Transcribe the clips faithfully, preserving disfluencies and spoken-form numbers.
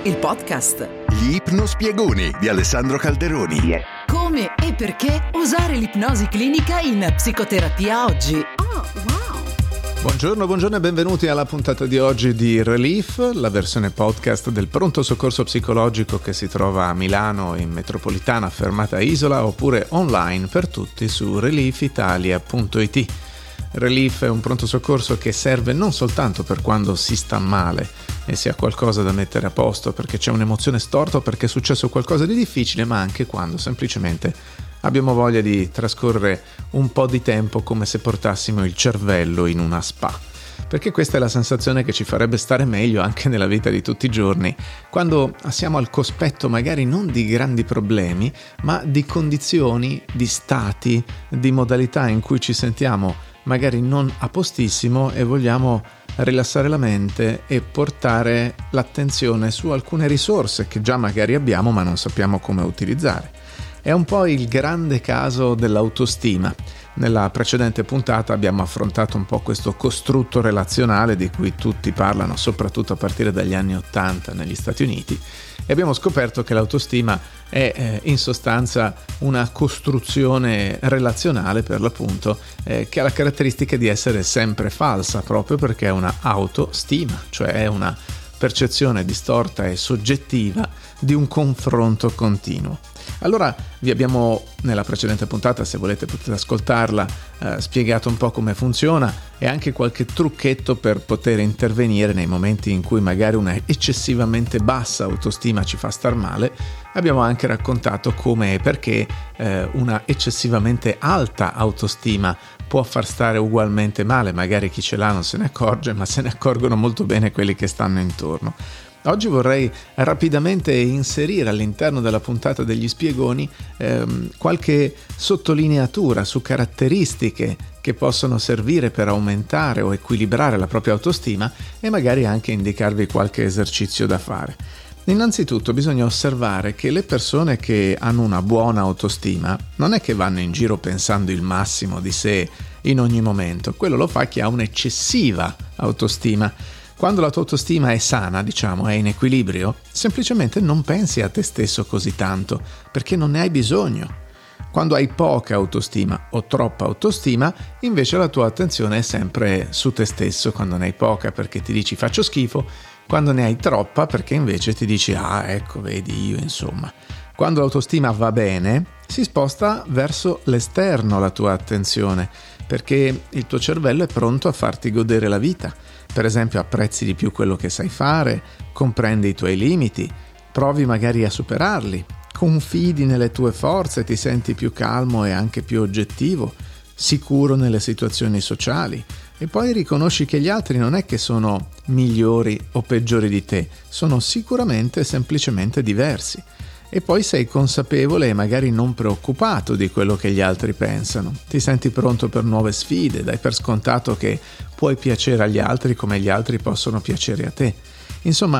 il podcast. Gli ipnospiegoni di Alessandro Calderoni. Yeah. Come e perché usare l'ipnosi clinica in psicoterapia oggi. Oh, wow! Buongiorno, buongiorno e benvenuti alla puntata di oggi di Relief, la versione podcast del pronto soccorso psicologico che si trova a Milano in metropolitana fermata Isola oppure online per tutti su relief italia punto it. Relief è un pronto soccorso che serve non soltanto per quando si sta male e si ha qualcosa da mettere a posto perché c'è un'emozione storta o perché è successo qualcosa di difficile, ma anche quando semplicemente abbiamo voglia di trascorrere un po' di tempo come se portassimo il cervello in una spa. Perché questa è la sensazione che ci farebbe stare meglio anche nella vita di tutti i giorni, quando siamo al cospetto magari non di grandi problemi, ma di condizioni, di stati, di modalità in cui ci sentiamo magari non a postissimo e vogliamo rilassare la mente e portare l'attenzione su alcune risorse che già magari abbiamo ma non sappiamo come utilizzare. È un po' il grande caso dell'autostima. Nella precedente puntata abbiamo affrontato un po' questo costrutto relazionale di cui tutti parlano, soprattutto a partire dagli anni Ottanta negli Stati Uniti, e abbiamo scoperto che l'autostima è eh, in sostanza una costruzione relazionale, per l'appunto, eh, che ha la caratteristica di essere sempre falsa, proprio perché è una autostima, cioè è una percezione distorta e soggettiva di un confronto continuo. Allora vi abbiamo nella precedente puntata, se volete potete ascoltarla, eh, spiegato un po' come funziona e anche qualche trucchetto per poter intervenire nei momenti in cui magari una eccessivamente bassa autostima ci fa star male. Abbiamo anche raccontato come e perché eh, una eccessivamente alta autostima può far stare ugualmente male, magari chi ce l'ha non se ne accorge, ma se ne accorgono molto bene quelli che stanno intorno. Oggi vorrei rapidamente inserire all'interno della puntata degli spiegoni ehm, qualche sottolineatura su caratteristiche che possono servire per aumentare o equilibrare la propria autostima e magari anche indicarvi qualche esercizio da fare. Innanzitutto bisogna osservare che le persone che hanno una buona autostima non è che vanno in giro pensando il massimo di sé in ogni momento, quello lo fa chi ha un'eccessiva autostima. Quando la tua autostima è sana, diciamo, è in equilibrio, semplicemente non pensi a te stesso così tanto, perché non ne hai bisogno. Quando hai poca autostima o troppa autostima, invece la tua attenzione è sempre su te stesso. Quando ne hai poca perché ti dici faccio schifo, quando ne hai troppa perché invece ti dici ah, ecco, vedi io, insomma. Quando l'autostima va bene, si sposta verso l'esterno la tua attenzione, perché il tuo cervello è pronto a farti godere la vita. Per esempio apprezzi di più quello che sai fare, comprendi i tuoi limiti, provi magari a superarli, confidi nelle tue forze, ti senti più calmo e anche più oggettivo, sicuro nelle situazioni sociali e poi riconosci che gli altri non è che sono migliori o peggiori di te, sono sicuramente semplicemente diversi. E poi sei consapevole e magari non preoccupato di quello che gli altri pensano. Ti senti pronto per nuove sfide, dai per scontato che puoi piacere agli altri come gli altri possono piacere a te. Insomma,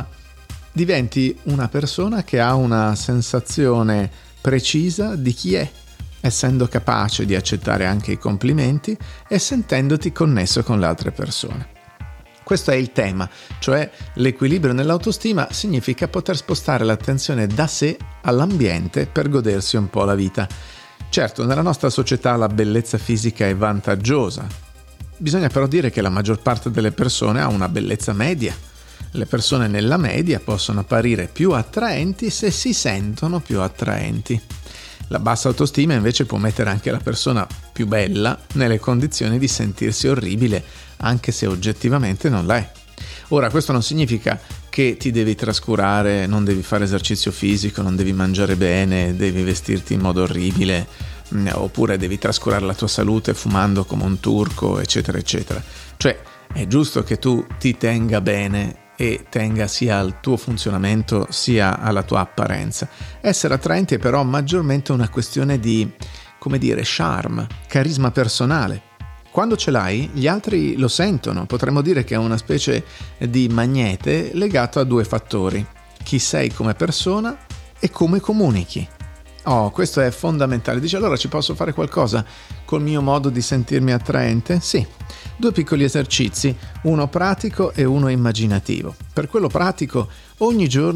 diventi una persona che ha una sensazione precisa di chi è, essendo capace di accettare anche i complimenti e sentendoti connesso con le altre persone. Questo è il tema, cioè l'equilibrio nell'autostima significa poter spostare l'attenzione da sé all'ambiente per godersi un po' la vita. Certo, nella nostra società la bellezza fisica è vantaggiosa. Bisogna però dire che la maggior parte delle persone ha una bellezza media. Le persone nella media possono apparire più attraenti se si sentono più attraenti. La bassa autostima invece può mettere anche la persona più bella nelle condizioni di sentirsi orribile, anche se oggettivamente non l'è. Ora, questo non significa che ti devi trascurare, non devi fare esercizio fisico, non devi mangiare bene, devi vestirti in modo orribile, oppure devi trascurare la tua salute fumando come un turco, eccetera, eccetera. Cioè, è giusto che tu ti tenga bene e tenga sia al tuo funzionamento sia alla tua apparenza. Essere attraenti è però maggiormente una questione di, come dire, charme, carisma personale. Quando ce l'hai, gli altri lo sentono. Potremmo dire che è una specie di magnete legato a due fattori: chi sei come persona e come comunichi. Oh, questo è fondamentale. Dice, allora ci posso fare qualcosa col mio modo di sentirmi attraente? Sì. Due piccoli esercizi, uno pratico e uno immaginativo. Per quello pratico, ogni giorno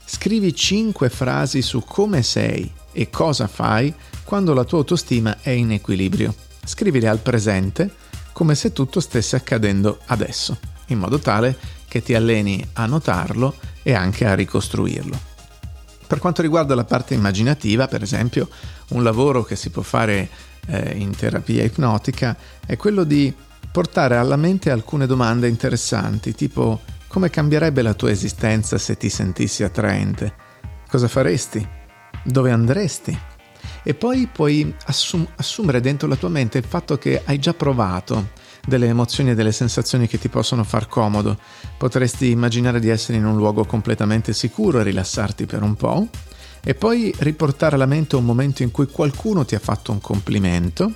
Scrivi cinque frasi su come sei e cosa fai quando la tua autostima è in equilibrio. Scrivile al presente come se tutto stesse accadendo adesso, in modo tale che ti alleni a notarlo e anche a ricostruirlo. Per quanto riguarda la parte immaginativa, per esempio, un lavoro che si può fare eh, in terapia ipnotica è quello di portare alla mente alcune domande interessanti, tipo: come cambierebbe la tua esistenza se ti sentissi attraente? Cosa faresti? Dove andresti? E poi puoi assum- assumere dentro la tua mente il fatto che hai già provato delle emozioni e delle sensazioni che ti possono far comodo. Potresti immaginare di essere in un luogo completamente sicuro e rilassarti per un po', e poi riportare alla mente un momento in cui qualcuno ti ha fatto un complimento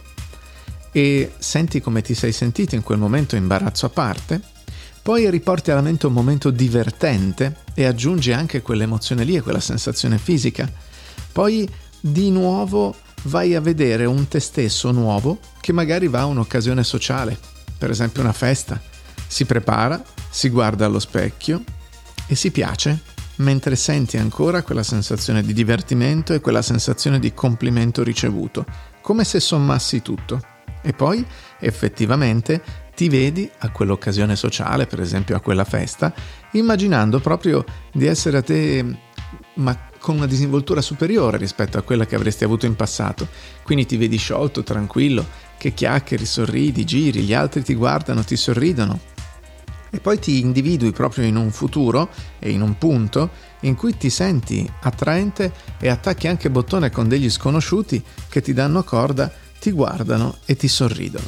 e senti come ti sei sentito in quel momento, imbarazzo a parte. Poi riporti alla mente un momento divertente e aggiungi anche quell'emozione lì e quella sensazione fisica. Poi di nuovo vai a vedere un te stesso nuovo che magari va a un'occasione sociale, per esempio una festa. Si prepara, si guarda allo specchio e si piace, mentre senti ancora quella sensazione di divertimento e quella sensazione di complimento ricevuto, come se sommassi tutto. E poi effettivamente ti vedi a quell'occasione sociale, per esempio a quella festa, immaginando proprio di essere a te, ma con una disinvoltura superiore rispetto a quella che avresti avuto in passato. Quindi ti vedi sciolto, tranquillo, che chiacchieri, sorridi, giri, gli altri ti guardano, ti sorridono. E poi ti individui proprio in un futuro e in un punto in cui ti senti attraente e attacchi anche bottone con degli sconosciuti che ti danno corda, ti guardano e ti sorridono.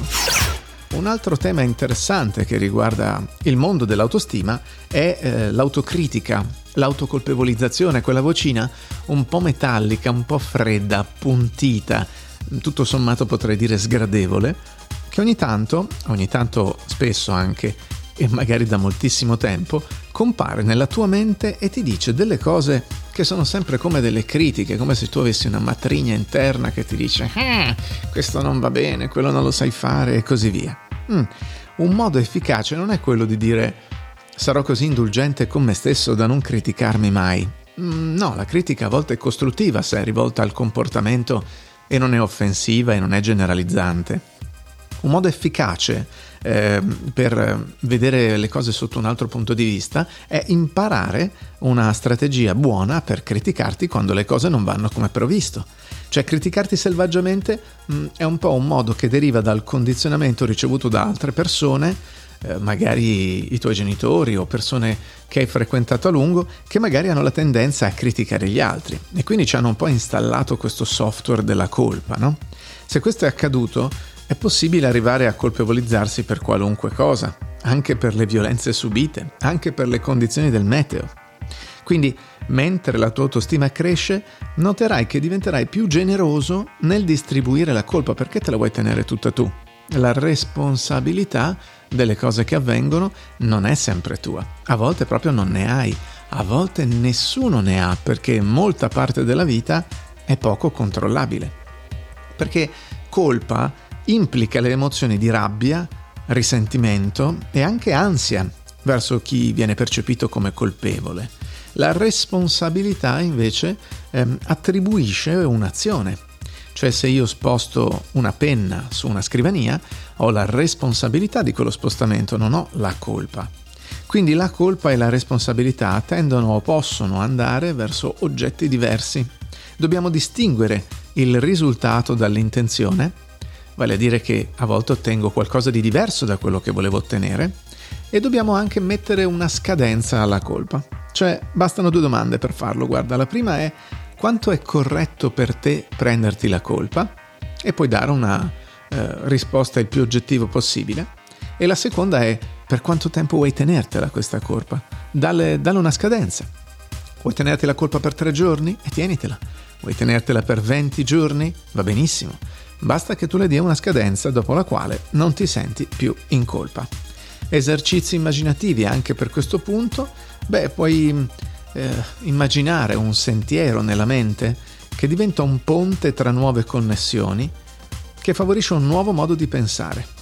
Un altro tema interessante che riguarda il mondo dell'autostima è eh, l'autocritica, l'autocolpevolizzazione, quella vocina un po' metallica, un po' fredda, appuntita, tutto sommato potrei dire sgradevole, che ogni tanto, ogni tanto spesso anche, e magari da moltissimo tempo, compare nella tua mente e ti dice delle cose che sono sempre come delle critiche, come se tu avessi una matrigna interna che ti dice eh, questo non va bene, quello non lo sai fare e così via. Mm. Un modo efficace non è quello di dire sarò così indulgente con me stesso da non criticarmi mai. Mm, no, la critica a volte è costruttiva se è rivolta al comportamento e non è offensiva e non è generalizzante. Un modo efficace eh, per vedere le cose sotto un altro punto di vista è imparare una strategia buona per criticarti quando le cose non vanno come previsto. Cioè criticarti selvaggiamente mh, è un po' un modo che deriva dal condizionamento ricevuto da altre persone, eh, magari i tuoi genitori o persone che hai frequentato a lungo, che magari hanno la tendenza a criticare gli altri e quindi ci hanno un po' installato questo software della colpa, no? Se questo è accaduto, è possibile arrivare a colpevolizzarsi per qualunque cosa, anche per le violenze subite, anche per le condizioni del meteo. Quindi, mentre la tua autostima cresce, noterai che diventerai più generoso nel distribuire la colpa, perché te la vuoi tenere tutta tu. La responsabilità delle cose che avvengono non è sempre tua. A volte proprio non ne hai, a volte nessuno ne ha, perché molta parte della vita è poco controllabile. Perché colpa implica le emozioni di rabbia, risentimento e anche ansia verso chi viene percepito come colpevole. La responsabilità invece ehm, attribuisce un'azione. Cioè se io sposto una penna su una scrivania ho la responsabilità di quello spostamento, non ho la colpa. Quindi la colpa e la responsabilità tendono o possono andare verso oggetti diversi. Dobbiamo distinguere il risultato dall'intenzione, vale a dire che a volte ottengo qualcosa di diverso da quello che volevo ottenere, e dobbiamo anche mettere una scadenza alla colpa. Cioè bastano due domande per farlo. Guarda, la prima è: quanto è corretto per te prenderti la colpa? E puoi dare una eh, risposta il più oggettivo possibile. E la seconda è: per quanto tempo vuoi tenertela questa colpa? Dalle, dalle una scadenza. Vuoi tenerti la colpa per tre giorni? E tienitela. Vuoi tenertela per venti giorni? Va benissimo. Basta che tu le dia una scadenza dopo la quale non ti senti più in colpa. Esercizi immaginativi anche per questo punto. Beh, puoi eh, immaginare un sentiero nella mente che diventa un ponte tra nuove connessioni, che favorisce un nuovo modo di pensare.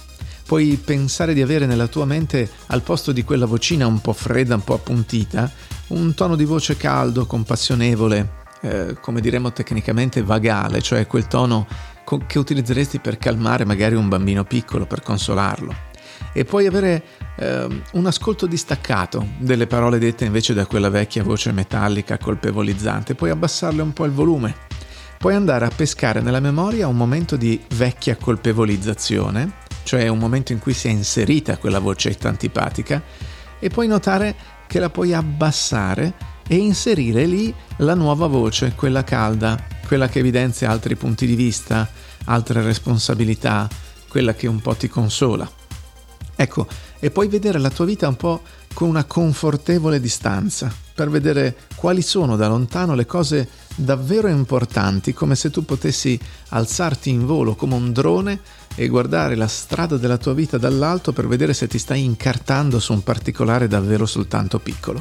puoi pensare di avere nella tua mente, al posto di quella vocina un po' fredda, un po' appuntita, un tono di voce caldo, compassionevole, eh, come diremmo tecnicamente vagale, cioè quel tono co- che utilizzeresti per calmare magari un bambino piccolo, per consolarlo. E puoi avere eh, un ascolto distaccato delle parole dette invece da quella vecchia voce metallica colpevolizzante, puoi abbassarle un po' il volume. Puoi andare a pescare nella memoria un momento di vecchia colpevolizzazione, cioè un momento in cui si è inserita quella vocetta antipatica, e puoi notare che la puoi abbassare e inserire lì la nuova voce, quella calda, quella che evidenzia altri punti di vista, altre responsabilità, quella che un po' ti consola. Ecco, e puoi vedere la tua vita un po' con una confortevole distanza, per vedere quali sono da lontano le cose davvero importanti, come se tu potessi alzarti in volo come un drone e guardare la strada della tua vita dall'alto per vedere se ti stai incartando su un particolare davvero soltanto piccolo.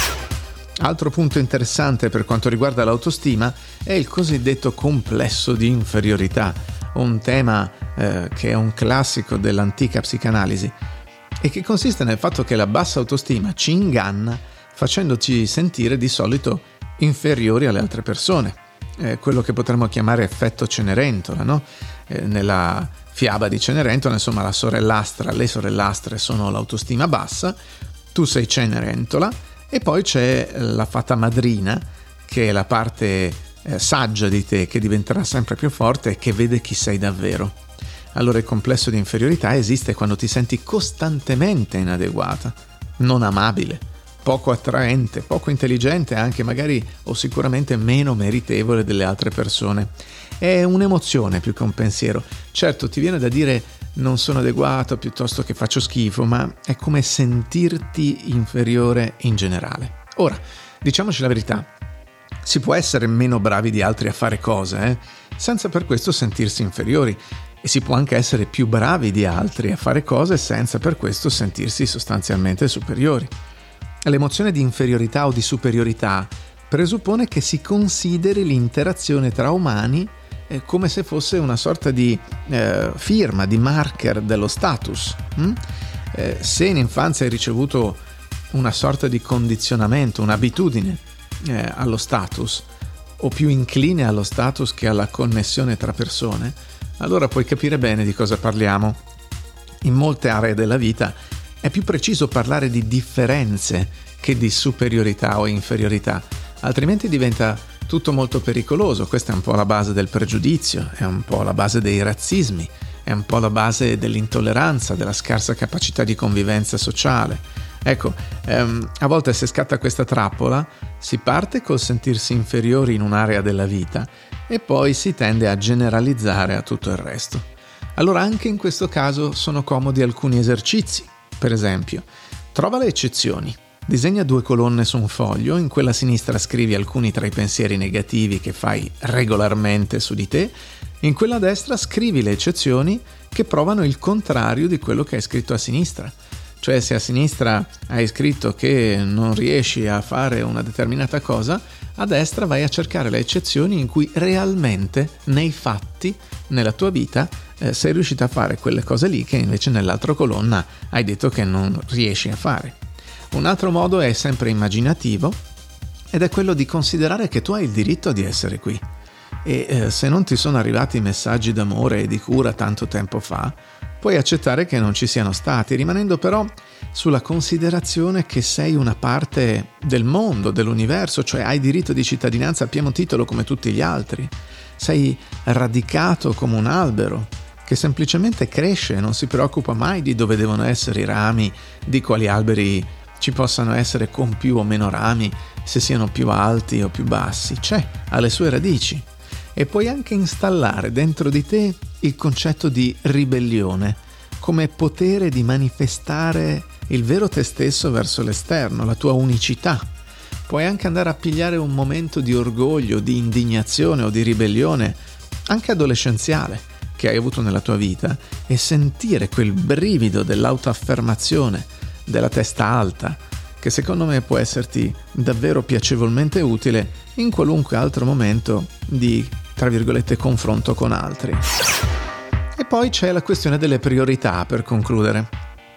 Altro punto interessante per quanto riguarda l'autostima è il cosiddetto complesso di inferiorità, un tema eh, che è un classico dell'antica psicanalisi e che consiste nel fatto che la bassa autostima ci inganna facendoci sentire di solito inferiori alle altre persone, eh, quello che potremmo chiamare effetto Cenerentola, no? Eh, nella fiaba di Cenerentola, insomma, la sorellastra, le sorellastre sono l'autostima bassa, tu sei Cenerentola e poi c'è la fata madrina, che è la parte eh, saggia di te, che diventerà sempre più forte e che vede chi sei davvero. Allora il complesso di inferiorità esiste quando ti senti costantemente inadeguata, non amabile, poco attraente, poco intelligente, anche magari o sicuramente meno meritevole delle altre persone. È un'emozione più che un pensiero. Certo, ti viene da dire non sono adeguato piuttosto che faccio schifo, ma è come sentirti inferiore in generale. Ora, diciamoci la verità, si può essere meno bravi di altri a fare cose, eh? senza per questo sentirsi inferiori, e si può anche essere più bravi di altri a fare cose senza per questo sentirsi sostanzialmente superiori. L'emozione di inferiorità o di superiorità presuppone che si consideri l'interazione tra umani eh, come se fosse una sorta di eh, firma, di marker dello status. Mm? Eh, se in infanzia hai ricevuto una sorta di condizionamento, un'abitudine eh, allo status, o più incline allo status che alla connessione tra persone, allora puoi capire bene di cosa parliamo. In molte aree della vita è più preciso parlare di differenze che di superiorità o inferiorità, altrimenti diventa tutto molto pericoloso. Questa è un po' la base del pregiudizio, è un po' la base dei razzismi, è un po' la base dell'intolleranza, della scarsa capacità di convivenza sociale. Ecco, ehm, a volte se scatta questa trappola, si parte col sentirsi inferiori in un'area della vita e poi si tende a generalizzare a tutto il resto. Allora anche in questo caso sono comodi alcuni esercizi. Per esempio, trova le eccezioni. Disegna due colonne su un foglio, in quella sinistra scrivi alcuni tra i pensieri negativi che fai regolarmente su di te, in quella destra scrivi le eccezioni che provano il contrario di quello che hai scritto a sinistra. Cioè se a sinistra hai scritto che non riesci a fare una determinata cosa, a destra vai a cercare le eccezioni in cui realmente, nei fatti, nella tua vita, eh, sei riuscita a fare quelle cose lì che invece nell'altra colonna hai detto che non riesci a fare. Un altro modo è sempre immaginativo ed è quello di considerare che tu hai il diritto di essere qui e eh, se non ti sono arrivati messaggi d'amore e di cura tanto tempo fa, puoi accettare che non ci siano stati, rimanendo però sulla considerazione che sei una parte del mondo, dell'universo, cioè hai diritto di cittadinanza a pieno titolo come tutti gli altri. Sei radicato come un albero che semplicemente cresce e non si preoccupa mai di dove devono essere i rami, di quali alberi ci possano essere con più o meno rami, se siano più alti o più bassi. C'è, ha le sue radici. E puoi anche installare dentro di te il concetto di ribellione come potere di manifestare il vero te stesso verso l'esterno, la tua unicità. Puoi anche andare a pigliare un momento di orgoglio, di indignazione o di ribellione, anche adolescenziale, che hai avuto nella tua vita e sentire quel brivido dell'autoaffermazione, della testa alta, che secondo me può esserti davvero piacevolmente utile in qualunque altro momento di, tra virgolette, confronto con altri. E E poi c'è la questione delle priorità, per concludere.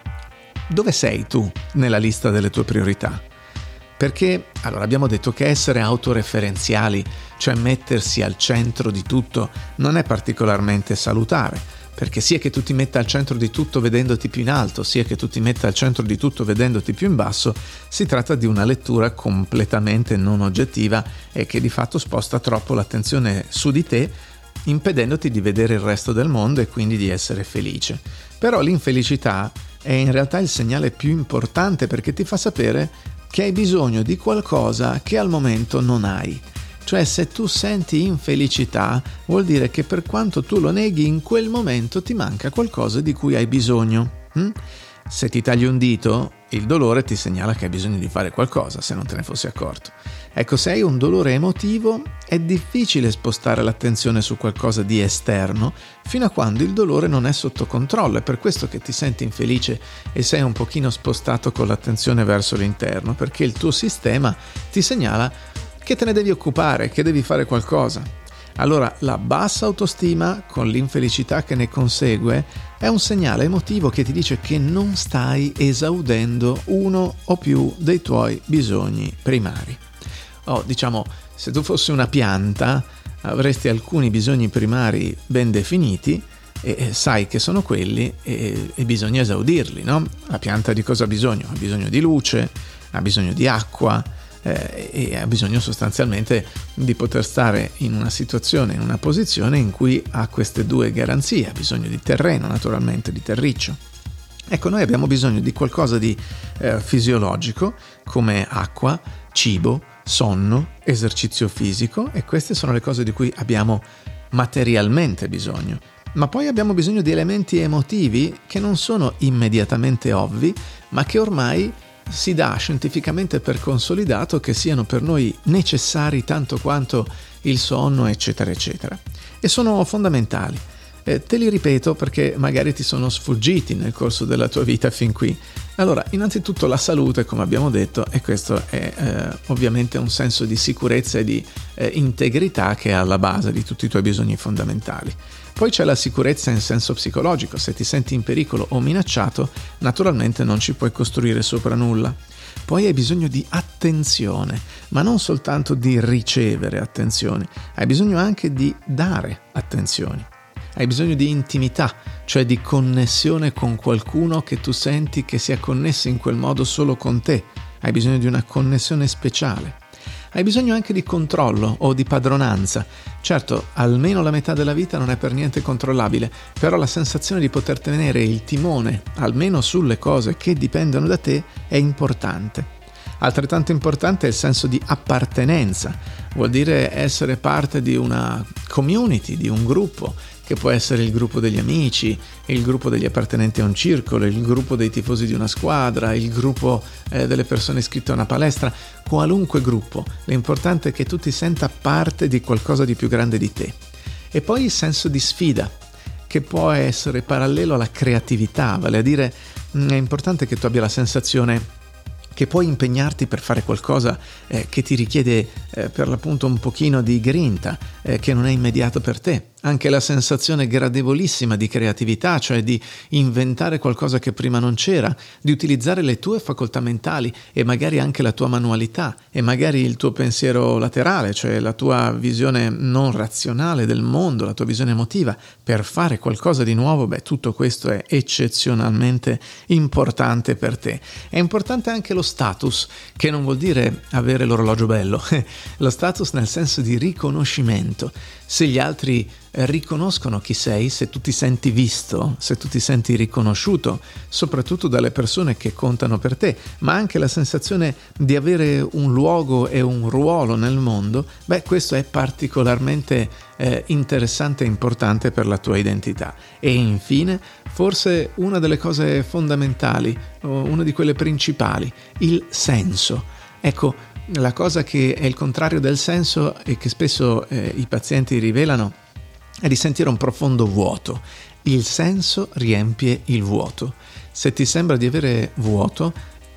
Dove sei tu nella lista delle tue priorità? Perché, allora, abbiamo detto che essere autoreferenziali, cioè mettersi al centro di tutto, non è particolarmente salutare, perché sia che tu ti metta al centro di tutto vedendoti più in alto, sia che tu ti metta al centro di tutto vedendoti più in basso, si tratta di una lettura completamente non oggettiva e che di fatto sposta troppo l'attenzione su di te, impedendoti di vedere il resto del mondo e quindi di essere felice. Però l'infelicità è in realtà il segnale più importante, perché ti fa sapere che hai bisogno di qualcosa che al momento non hai. Cioè, se tu senti infelicità, vuol dire che per quanto tu lo neghi, in quel momento ti manca qualcosa di cui hai bisogno. Hm? Se ti tagli un dito, il dolore ti segnala che hai bisogno di fare qualcosa, se non te ne fossi accorto. Ecco, se hai un dolore emotivo, è difficile spostare l'attenzione su qualcosa di esterno fino a quando il dolore non è sotto controllo. È per questo che ti senti infelice e sei un pochino spostato con l'attenzione verso l'interno, perché il tuo sistema ti segnala che te ne devi occupare, che devi fare qualcosa. Allora, la bassa autostima, con l'infelicità che ne consegue, è un segnale emotivo che ti dice che non stai esaudendo uno o più dei tuoi bisogni primari. Oh, diciamo, se tu fossi una pianta, avresti alcuni bisogni primari ben definiti e sai che sono quelli e, e bisogna esaudirli, no? La pianta di cosa ha bisogno? Ha bisogno di luce, ha bisogno di acqua, Eh, e ha bisogno sostanzialmente di poter stare in una situazione, in una posizione in cui ha queste due garanzie. Ha bisogno di terreno, naturalmente, di terriccio. Ecco, noi abbiamo bisogno di qualcosa di eh, fisiologico, come acqua, cibo, sonno, esercizio fisico, e queste sono le cose di cui abbiamo materialmente bisogno. Ma poi abbiamo bisogno di elementi emotivi che non sono immediatamente ovvi, ma che ormai si dà scientificamente per consolidato che siano per noi necessari tanto quanto il sonno, eccetera, eccetera. E sono fondamentali. Eh, te li ripeto perché magari ti sono sfuggiti nel corso della tua vita fin qui. Allora, innanzitutto la salute, come abbiamo detto, e questo è eh, ovviamente un senso di sicurezza e di eh, integrità che è alla base di tutti i tuoi bisogni fondamentali. Poi c'è la sicurezza in senso psicologico. Se ti senti in pericolo o minacciato, naturalmente non ci puoi costruire sopra nulla. Poi hai bisogno di attenzione, ma non soltanto di ricevere attenzione, hai bisogno anche di dare attenzioni. Hai bisogno di intimità, cioè di connessione con qualcuno che tu senti che sia connesso in quel modo solo con te. Hai bisogno di una connessione speciale. Hai bisogno anche di controllo o di padronanza. Certo, almeno la metà della vita non è per niente controllabile, però la sensazione di poter tenere il timone, almeno sulle cose che dipendono da te, è importante. Altrettanto importante è il senso di appartenenza. Vuol dire essere parte di una community, di un gruppo, che può essere il gruppo degli amici, il gruppo degli appartenenti a un circolo, il gruppo dei tifosi di una squadra, il gruppo eh, delle persone iscritte a una palestra, qualunque gruppo. L'importante è che tu ti senta parte di qualcosa di più grande di te. E poi il senso di sfida, che può essere parallelo alla creatività, vale a dire mh, è importante che tu abbia la sensazione che puoi impegnarti per fare qualcosa eh, che ti richiede eh, per l'appunto un pochino di grinta, eh, che non è immediato per te. Anche la sensazione gradevolissima di creatività, cioè di inventare qualcosa che prima non c'era, di utilizzare le tue facoltà mentali e magari anche la tua manualità e magari il tuo pensiero laterale, cioè la tua visione non razionale del mondo, la tua visione emotiva, per fare qualcosa di nuovo. Beh, tutto questo è eccezionalmente importante per te. È importante anche lo status, che non vuol dire avere l'orologio bello, lo status nel senso di riconoscimento. Se gli altri riconoscono chi sei, se tu ti senti visto, se tu ti senti riconosciuto, soprattutto dalle persone che contano per te, ma anche la sensazione di avere un luogo e un ruolo nel mondo, beh, questo è particolarmente eh, interessante e importante per la tua identità. E infine, forse una delle cose fondamentali, o una di quelle principali, il senso. Ecco, la cosa che è il contrario del senso e che spesso eh, i pazienti rivelano è di sentire un profondo vuoto. Il senso riempie il vuoto. Se ti sembra di avere vuoto,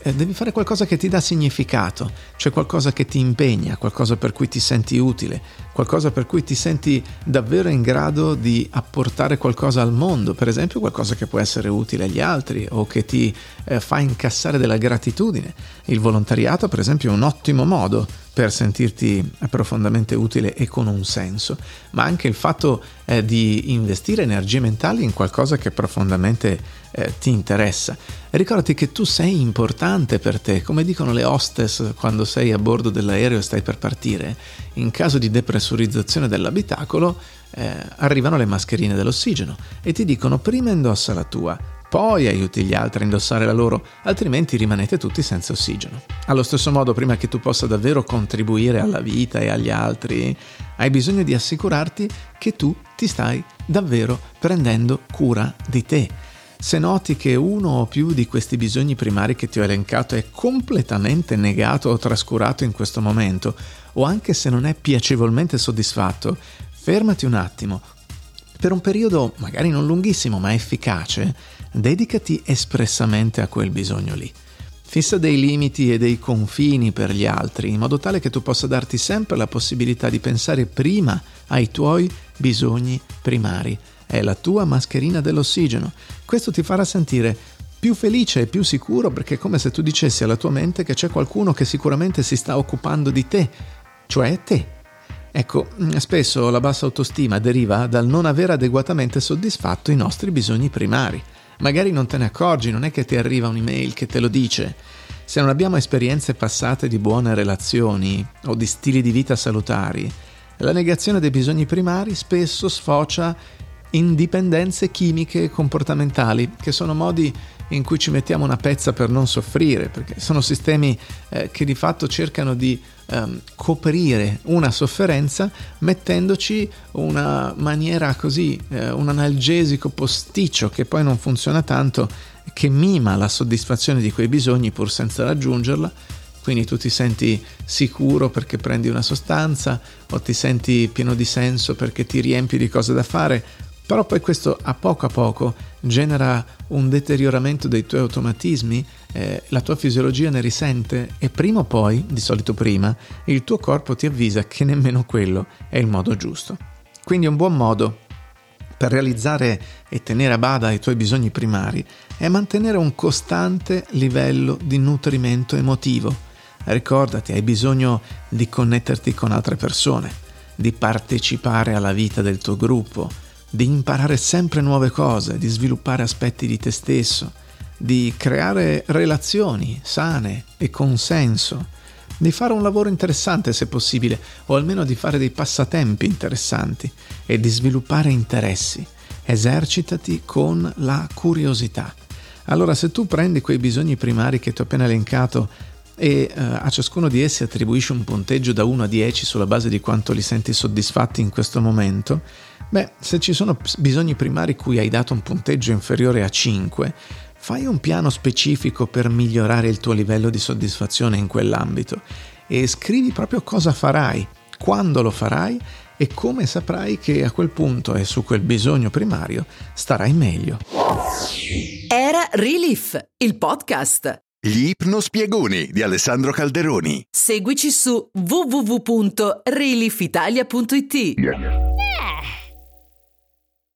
eh, devi fare qualcosa che ti dà significato, cioè qualcosa che ti impegna, qualcosa per cui ti senti utile, qualcosa per cui ti senti davvero in grado di apportare qualcosa al mondo, per esempio qualcosa che può essere utile agli altri o che ti eh, fa incassare della gratitudine. Il volontariato, per esempio, è un ottimo modo per sentirti profondamente utile e con un senso, ma anche il fatto eh, di investire energie mentali in qualcosa che profondamente eh, ti interessa. Ricordati che tu sei importante per te, come dicono le hostess quando sei a bordo dell'aereo e stai per partire. In caso di depressurizzazione dell'abitacolo eh, arrivano le mascherine dell'ossigeno e ti dicono: prima indossa la tua, poi aiuti gli altri a indossare la loro, altrimenti rimanete tutti senza ossigeno. Allo stesso modo, prima che tu possa davvero contribuire alla vita e agli altri, hai bisogno di assicurarti che tu ti stai davvero prendendo cura di te. Se noti che uno o più di questi bisogni primari che ti ho elencato è completamente negato o trascurato in questo momento, o anche se non è piacevolmente soddisfatto, fermati un attimo. Per un periodo magari non lunghissimo ma efficace, dedicati espressamente a quel bisogno lì. Fissa dei limiti e dei confini per gli altri, in modo tale che tu possa darti sempre la possibilità di pensare prima ai tuoi bisogni primari. È la tua mascherina dell'ossigeno. Questo ti farà sentire più felice e più sicuro, perché è come se tu dicessi alla tua mente che c'è qualcuno che sicuramente si sta occupando di te, cioè te. Ecco, spesso la bassa autostima deriva dal non aver adeguatamente soddisfatto i nostri bisogni primari. Magari non te ne accorgi, non è che ti arriva un'email che te lo dice. Se non abbiamo esperienze passate di buone relazioni o di stili di vita salutari, la negazione dei bisogni primari spesso sfocia in dipendenze chimiche e comportamentali, che sono modi in cui ci mettiamo una pezza per non soffrire, perché sono sistemi eh, che di fatto cercano di ehm, coprire una sofferenza mettendoci una maniera così, eh, un analgesico posticcio che poi non funziona tanto, che mima la soddisfazione di quei bisogni pur senza raggiungerla. Quindi tu ti senti sicuro perché prendi una sostanza, o ti senti pieno di senso perché ti riempi di cose da fare, però poi questo a poco a poco genera un deterioramento dei tuoi automatismi, eh, la tua fisiologia ne risente e prima o poi, di solito prima, il tuo corpo ti avvisa che nemmeno quello è il modo giusto. Quindi un buon modo per realizzare e tenere a bada i tuoi bisogni primari è mantenere un costante livello di nutrimento emotivo. Ricordati, hai bisogno di connetterti con altre persone, di partecipare alla vita del tuo gruppo, di imparare sempre nuove cose, di sviluppare aspetti di te stesso, di creare relazioni sane e con senso, di fare un lavoro interessante se possibile, o almeno di fare dei passatempi interessanti e di sviluppare interessi. Esercitati con la curiosità. Allora, se tu prendi quei bisogni primari che ti ho appena elencato e eh, a ciascuno di essi attribuisci un punteggio da uno a dieci sulla base di quanto li senti soddisfatti in questo momento, beh, se ci sono bisogni primari cui hai dato un punteggio inferiore a cinque, fai un piano specifico per migliorare il tuo livello di soddisfazione in quell'ambito e scrivi proprio cosa farai, quando lo farai e come saprai che a quel punto e su quel bisogno primario starai meglio. Era Relief, il podcast. Gli ipnospiegoni di Alessandro Calderoni. Seguici su w w w punto relief italia punto i t. Yeah.